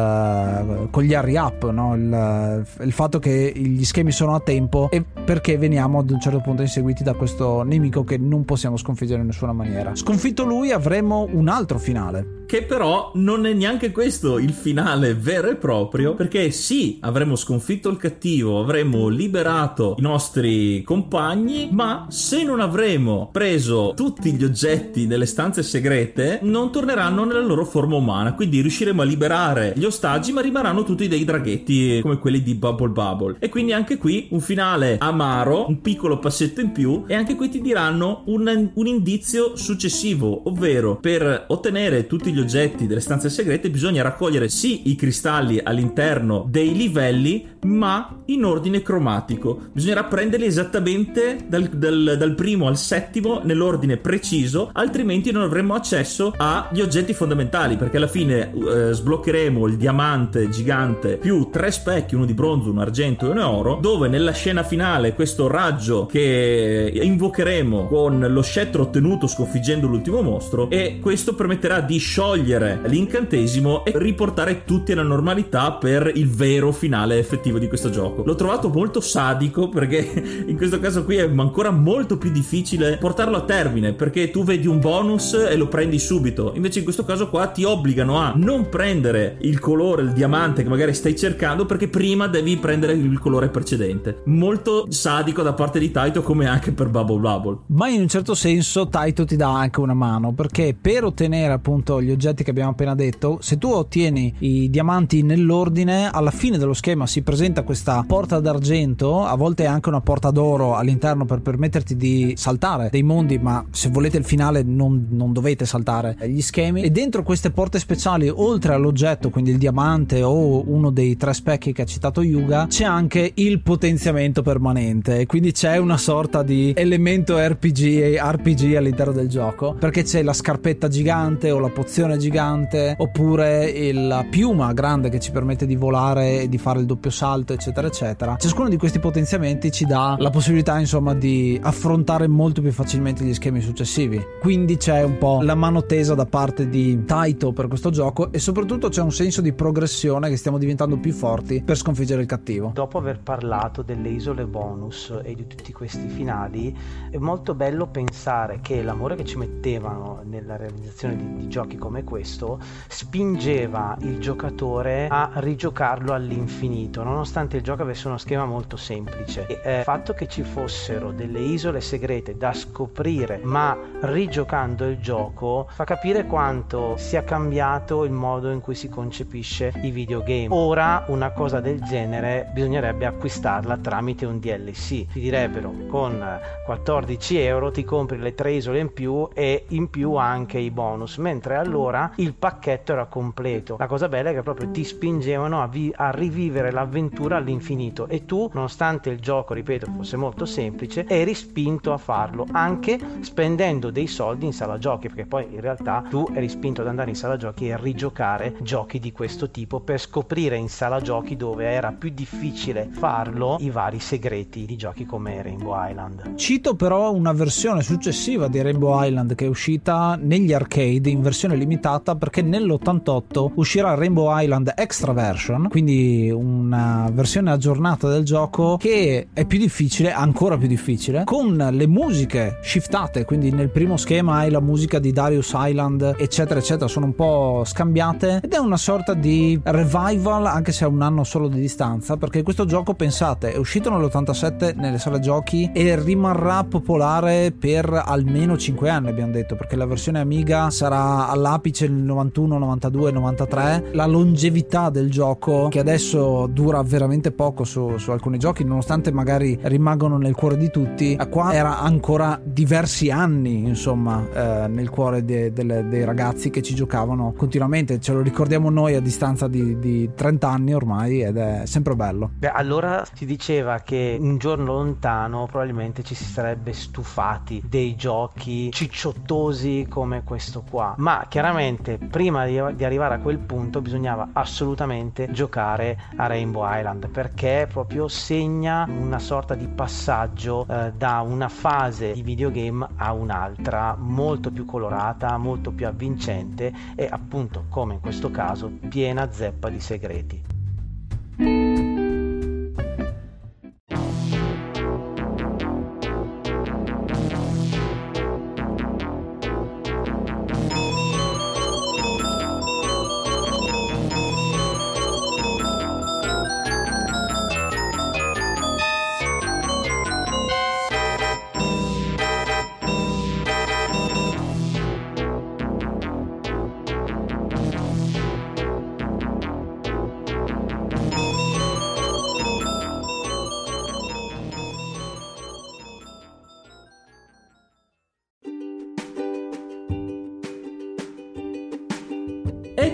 nel, con gli hurry up, no? il, il fatto che gli schemi sono a tempo, e perché veniamo ad un certo punto inseguiti da questo nemico che non possiamo sconfiggere in nessuna maniera. Sconfitto lui, avremo un altro finale. che però non è neanche questo il finale vero e proprio, perché sì, avremmo sconfitto il cattivo, avremmo liberato i nostri compagni, ma se non avremo preso tutti gli oggetti delle stanze segrete non torneranno nella loro forma umana, quindi riusciremo a liberare gli ostaggi ma rimarranno tutti dei draghetti come quelli di Bubble Bubble. E quindi anche qui un finale amaro, un piccolo passetto in più, e anche qui ti diranno un, un indizio successivo, ovvero per ottenere tutti gli oggetti delle stanze segrete bisogna raccogliere sì i cristalli all'interno dei livelli ma in ordine cromatico, bisognerà prenderli esattamente dal, dal, dal primo al settimo nell'ordine preciso, altrimenti non avremo accesso agli oggetti fondamentali, perché alla fine eh, sbloccheremo il diamante gigante più tre specchi, uno di bronzo, uno argento e uno oro, dove nella scena finale questo raggio che invocheremo con lo scettro ottenuto sconfiggendo l'ultimo mostro, e questo permetterà di sciogliere l'incantesimo e riportare tutti alla normalità per il vero finale effettivo di questo gioco. L'ho trovato molto sadico perché in questo caso qui è ancora molto più difficile portarlo a termine, perché tu vedi un bonus e lo prendi subito, invece in questo caso qua ti obbligano a non prendere il colore, il diamante che magari stai cercando, perché prima devi prendere il colore precedente. Molto sadico da parte di Taito, come anche per Bubble Bubble. Ma in un certo senso Taito ti dà anche una mano, perché per ottenere appunto gli oggetti che abbiamo appena detto, se tu ottieni i diamanti nell'ordine, alla fine dello schema si presenta questa porta d'argento, a volte anche una porta d'oro all'interno per permetterti di saltare dei mondi, ma se volete il finale non, non dovete saltare gli schemi, e dentro queste porte speciali, oltre all'oggetto, quindi il diamante o uno dei tre specchi che ha citato Yuga, c'è anche il potenziamento permanente, e quindi c'è una sorta di elemento R P G R P G all'interno del gioco, perché c'è la scarpetta gigante o la pozione gigante, oppure la piuma grande che ci permette di volare e di fare il doppio salto, eccetera eccetera. Ciascuno di questi potenziamenti ci dà la possibilità insomma di affrontare molto più facilmente gli schemi successivi, quindi c'è un po' la mano tesa da parte di Taito per questo gioco, e soprattutto c'è un senso di progressione, che stiamo diventando più forti per sconfiggere il cattivo. Dopo aver parlato delle isole bonus e di tutti questi finali, è molto bello pensare che l'amore che ci mettevano nella realizzazione di, di giochi come questo spingeva il giocatore a rigiocarlo all'infinito, nonostante il gioco avesse uno schema molto semplice. E, eh, il fatto che ci fossero delle isole segrete da scoprire, ma rigiocando il gioco, fa capire quanto sia cambiato il modo in cui si concepisce i videogame. Ora una cosa del genere bisognerebbe acquistarla tramite un D L C, ti direbbero con quattordici euro ti compri le tre isole in più e in più anche i bonus, mentre allora il pacchetto era completo. La cosa bella è che proprio ti spingevano a, vi- a rivivere l'avventura all'infinito, e tu, nonostante il gioco, ripeto, fosse molto semplice, eri spinto a farlo anche spendendo dei soldi in sala giochi, perché poi in realtà tu eri spinto ad andare in sala giochi e rigiocare giochi di questo tipo per scoprire in sala giochi, dove era più difficile farlo, i vari segreti di giochi come Rainbow Island. Cito però una versione successiva di Rainbow Island che è uscita negli arcade in versione limitata, perché nell'ottantotto uscirà Rainbow Island Extra Version, quindi una versione aggiornata del gioco che è più difficile, ancora più difficile, con le musiche shiftate, quindi nel primo schema hai la musica di Darius Island eccetera eccetera, sono un po' scambiate, ed è una sorta di revival anche se a un anno solo di distanza, perché questo gioco, pensate, è uscito nell'ottantasette nelle sale giochi e rimarrà popolare per almeno cinque anni, abbiamo detto, perché la versione Amiga sarà all'apice nel novantuno, novantadue, novantatré. La longevità del gioco, che adesso dura veramente poco su, su alcuni giochi, nonostante magari rimangono nel cuore di tutti, qua era ancora diversi anni insomma eh, nel cuore de, de, dei ragazzi che ci giocavano continuamente. Ce lo ricordiamo noi a distanza di, di trenta anni ormai, ed è sempre bello. Beh, allora si diceva che un giorno lontano probabilmente ci si sarebbe stufati dei giochi cicciottosi come questo qua, ma chiaramente prima di, di arrivare a quel punto bisognava assolutamente giocare a Rainbow Island, perché proprio segna una sorta di passaggio eh, da una fase di videogame a un'altra, molto più colorata, molto più avvincente e appunto, come in questo caso, piena zeppa di segreti.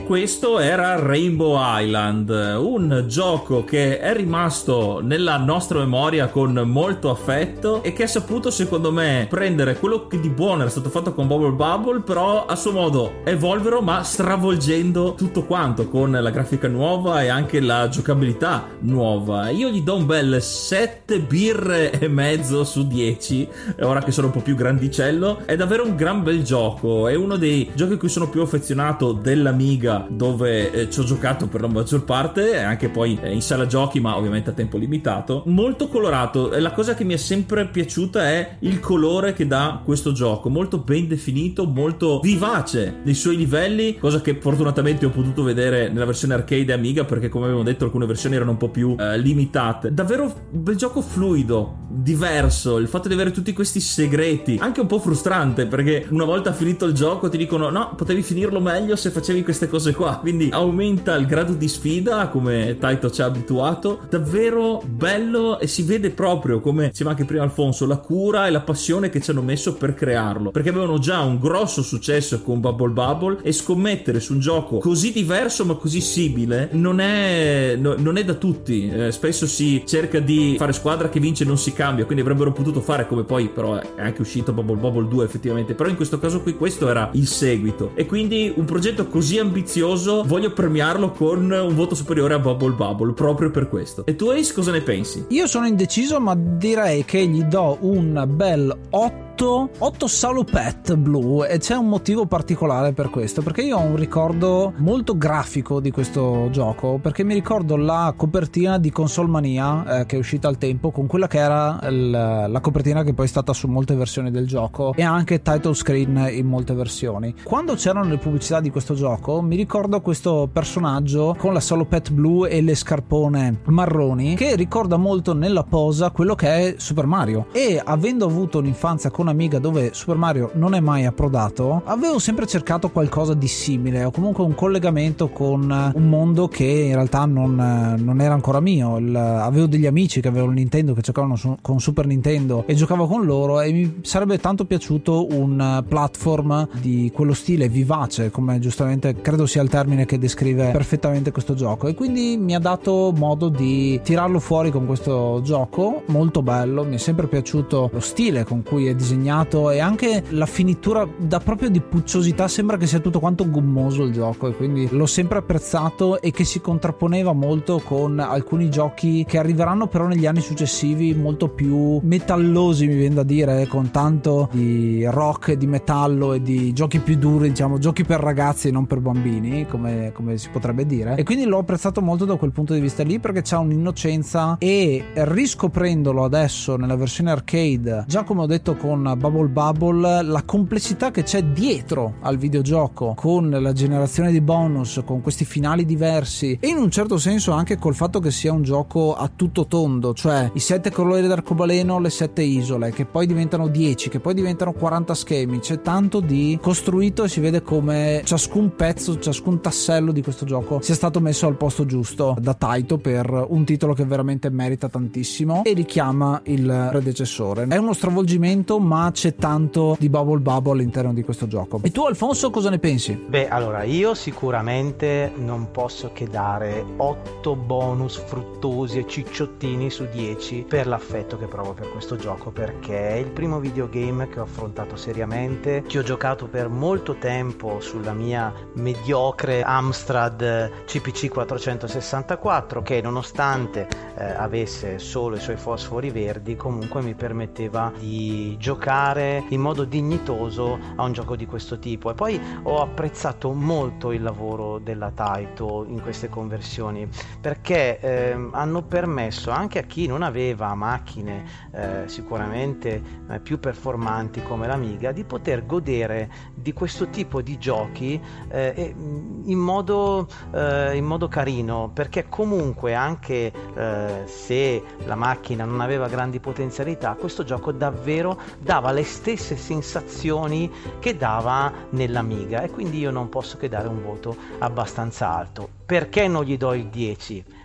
questo era Rainbow Island, un gioco che è rimasto nella nostra memoria con molto affetto e che ha saputo, secondo me, prendere quello che di buono era stato fatto con Bubble Bubble, però a suo modo evolverlo, ma stravolgendo tutto quanto con la grafica nuova e anche la giocabilità nuova. Io gli do un bel sette birre e mezzo su dieci, ora che sono un po' più grandicello. È davvero un gran bel gioco, è uno dei giochi a cui sono più affezionato dell'Amiga, dove eh, ci ho giocato per la maggior parte, e anche poi eh, in sala giochi, ma ovviamente a tempo limitato. Molto colorato, e la cosa che mi è sempre piaciuta è il colore che dà questo gioco, molto ben definito, molto vivace nei suoi livelli, cosa che fortunatamente ho potuto vedere nella versione arcade e Amiga, perché come avevo detto alcune versioni erano un po' più eh, limitate. Davvero un bel gioco fluido, diverso, il fatto di avere tutti questi segreti, anche un po' frustrante, perché una volta finito il gioco ti dicono no, potevi finirlo meglio se facevi queste cose qua, quindi aumenta il grado di sfida come Taito ci ha abituato. Davvero bello, e si vede proprio, come diceva anche prima Alfonso, la cura e la passione che ci hanno messo per crearlo, perché avevano già un grosso successo con Bubble Bubble, e scommettere su un gioco così diverso ma così simile non è, no, non è da tutti. Eh, spesso si cerca di fare squadra che vince e non si cambia, quindi avrebbero potuto fare come poi però è anche uscito Bubble Bubble due effettivamente, però in questo caso qui questo era il seguito, e quindi un progetto così ambizioso voglio premiarlo con un voto superiore a Bubble Bubble proprio per questo. E tu Ace, cosa ne pensi? Io sono indeciso, ma direi che gli do un bel otto otto salopette blu, e c'è un motivo particolare per questo, perché io ho un ricordo molto grafico di questo gioco, perché mi ricordo la copertina di Console Mania eh, che è uscita al tempo, con quella che era il, la copertina che poi è stata su molte versioni del gioco, e anche title screen in molte versioni. Quando c'erano le pubblicità di questo gioco mi ricordo questo personaggio con la salopette blu e le scarpone marroni, che ricorda molto nella posa quello che è Super Mario, e avendo avuto un'infanzia con Amiga dove Super Mario non è mai approdato, avevo sempre cercato qualcosa di simile, o comunque un collegamento con un mondo che in realtà non, non era ancora mio. Il, avevo degli amici che avevano il Nintendo, che giocavano su, con Super Nintendo, e giocavo con loro, e mi sarebbe tanto piaciuto un platform di quello stile, vivace, come giustamente credo sia il termine che descrive perfettamente questo gioco, e quindi mi ha dato modo di tirarlo fuori con questo gioco molto bello. Mi è sempre piaciuto lo stile con cui è disegnato, e anche la finitura dà proprio di pucciosità, sembra che sia tutto quanto gommoso il gioco, e quindi l'ho sempre apprezzato, e che si contrapponeva molto con alcuni giochi che arriveranno però negli anni successivi, molto più metallosi, mi viene da dire, con tanto di rock e di metallo e di giochi più duri, diciamo giochi per ragazzi e non per bambini, come, come si potrebbe dire, e quindi l'ho apprezzato molto da quel punto di vista lì, perché c'ha un'innocenza, e riscoprendolo adesso nella versione arcade, già come ho detto con Bubble Bubble, la complessità che c'è dietro al videogioco, con la generazione di bonus, con questi finali diversi, e in un certo senso anche col fatto che sia un gioco a tutto tondo, cioè i sette colori d'arcobaleno, le sette isole, che poi diventano dieci, che poi diventano quaranta schemi. C'è tanto di costruito, e si vede come ciascun pezzo, ciascun tassello di questo gioco sia stato messo al posto giusto da Taito per un titolo che veramente merita tantissimo e richiama il predecessore. È uno stravolgimento, ma c'è tanto di Bubble Bubble all'interno di questo gioco. E tu Alfonso cosa ne pensi? Beh, allora io sicuramente non posso che dare otto bonus fruttosi e cicciottini su dieci per l'affetto che provo per questo gioco, perché è il primo videogame che ho affrontato seriamente. Ci ho giocato per molto tempo sulla mia mediocre Amstrad C P C quattrocentosessantaquattro, che nonostante eh, avesse solo i suoi fosfori verdi comunque mi permetteva di giocare in modo dignitoso a un gioco di questo tipo. E poi ho apprezzato molto il lavoro della Taito in queste conversioni, perché eh, hanno permesso anche a chi non aveva macchine eh, sicuramente eh, più performanti come l'Amiga di poter godere di questo tipo di giochi eh, in modo eh, in modo carino, perché comunque anche eh, se la macchina non aveva grandi potenzialità, questo gioco davvero dava le stesse sensazioni che dava nell'Amiga, e quindi io non posso che dare un voto abbastanza alto. Perché non gli do il dieci?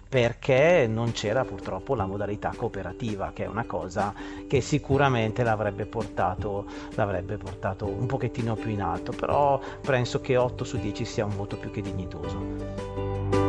perché non c'era purtroppo la modalità cooperativa, che è una cosa che sicuramente l'avrebbe portato, l'avrebbe portato un pochettino più in alto, però penso che otto su dieci sia un voto più che dignitoso.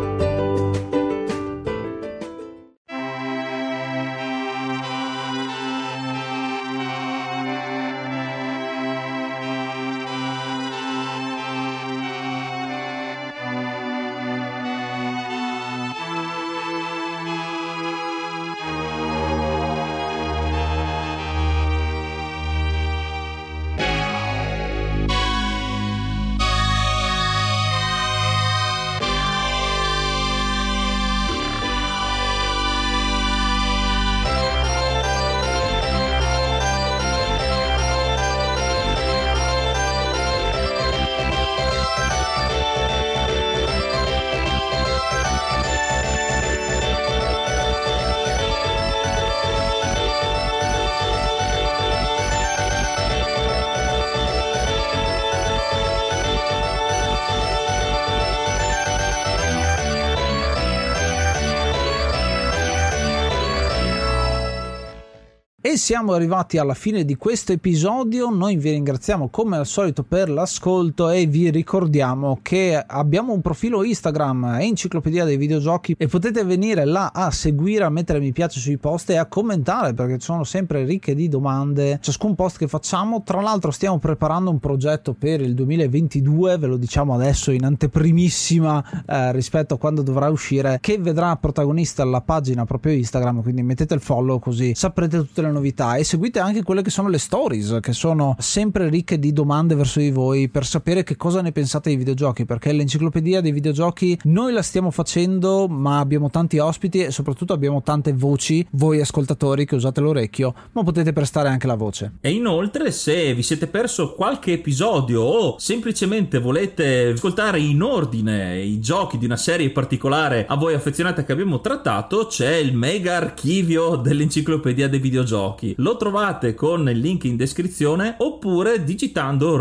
E siamo arrivati alla fine di questo episodio. Noi vi ringraziamo come al solito per l'ascolto e vi ricordiamo che abbiamo un profilo Instagram, Enciclopedia dei Videogiochi, e potete venire là a seguire, a mettere mi piace sui post e a commentare, perché sono sempre ricche di domande ciascun post che facciamo. Tra l'altro stiamo preparando un progetto per il duemilaventidue, ve lo diciamo adesso in anteprimissima eh, rispetto a quando dovrà uscire, che vedrà protagonista la pagina proprio Instagram, quindi mettete il follow così saprete tutte le novità, e seguite anche quelle che sono le stories, che sono sempre ricche di domande verso di voi per sapere che cosa ne pensate dei videogiochi, perché l'enciclopedia dei videogiochi noi la stiamo facendo, ma abbiamo tanti ospiti e soprattutto abbiamo tante voci, voi ascoltatori che usate l'orecchio, ma potete prestare anche la voce. E inoltre, se vi siete perso qualche episodio o semplicemente volete ascoltare in ordine i giochi di una serie particolare a voi affezionata che abbiamo trattato, c'è il mega archivio dell'enciclopedia dei videogiochi. Lo trovate con il link in descrizione oppure digitando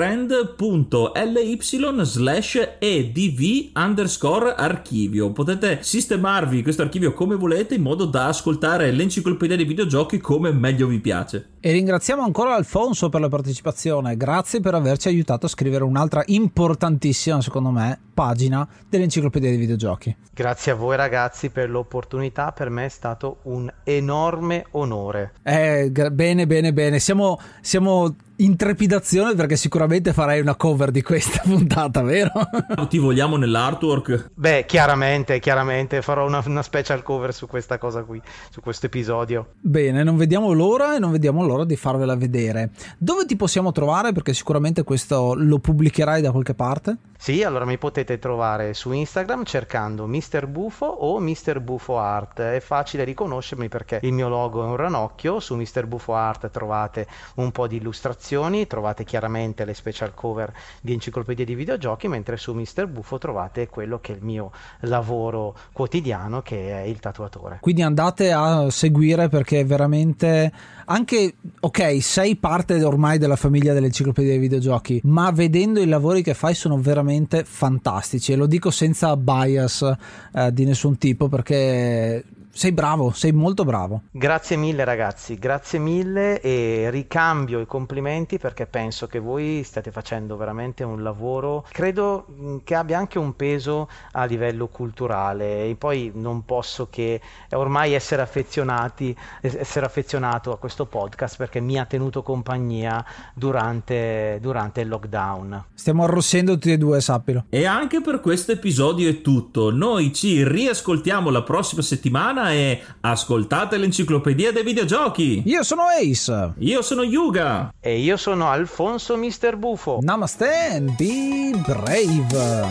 rebrand.ly slash edv underscore archivio. Potete sistemarvi questo archivio come volete in modo da ascoltare l'enciclopedia dei videogiochi come meglio vi piace. E ringraziamo ancora Alfonso per la partecipazione, grazie per averci aiutato a scrivere un'altra importantissima, secondo me, pagina dell'enciclopedia dei videogiochi. Grazie a voi ragazzi per l'opportunità, per me è stato un enorme onore. Eh, bene, bene, bene, siamo, siamo in trepidazione perché sicuramente farai una cover di questa puntata, vero? Ti vogliamo nell'artwork? Beh, chiaramente, chiaramente farò una, una special cover su questa cosa qui, su questo episodio. Bene, non vediamo l'ora e non vediamo l'ora di farvela vedere. Dove ti possiamo trovare? Perché sicuramente questo lo pubblicherai da qualche parte. Sì, allora mi potete trovare su Instagram cercando mister Bufo o mister Bufo Art. È facile riconoscermi perché il mio logo è un ranocchio. Su mister Bufo Art trovate un po' di illustrazioni, trovate chiaramente le special cover di enciclopedie di videogiochi, mentre su mister Bufo trovate quello che è il mio lavoro quotidiano, che è il tatuatore. Quindi andate a seguire, perché veramente anche, ok, sei parte ormai della famiglia dell'enciclopedia dei videogiochi, ma vedendo i lavori che fai sono veramente fantastici, e lo dico senza bias eh, di nessun tipo, perché sei bravo, sei molto bravo. Grazie mille ragazzi, grazie mille, e ricambio i complimenti perché penso che voi stiate facendo veramente un lavoro, credo che abbia anche un peso a livello culturale, e poi non posso che ormai essere affezionati, essere affezionato a questo podcast perché mi ha tenuto compagnia durante, durante il lockdown. Stiamo arrossendo tutti e due, sappilo. E anche per questo episodio è tutto, noi ci riascoltiamo la prossima settimana e ascoltate l'enciclopedia dei videogiochi. Io sono Ace. Io sono Yuga. E io sono Alfonso mister Bufo. Namaste and be brave.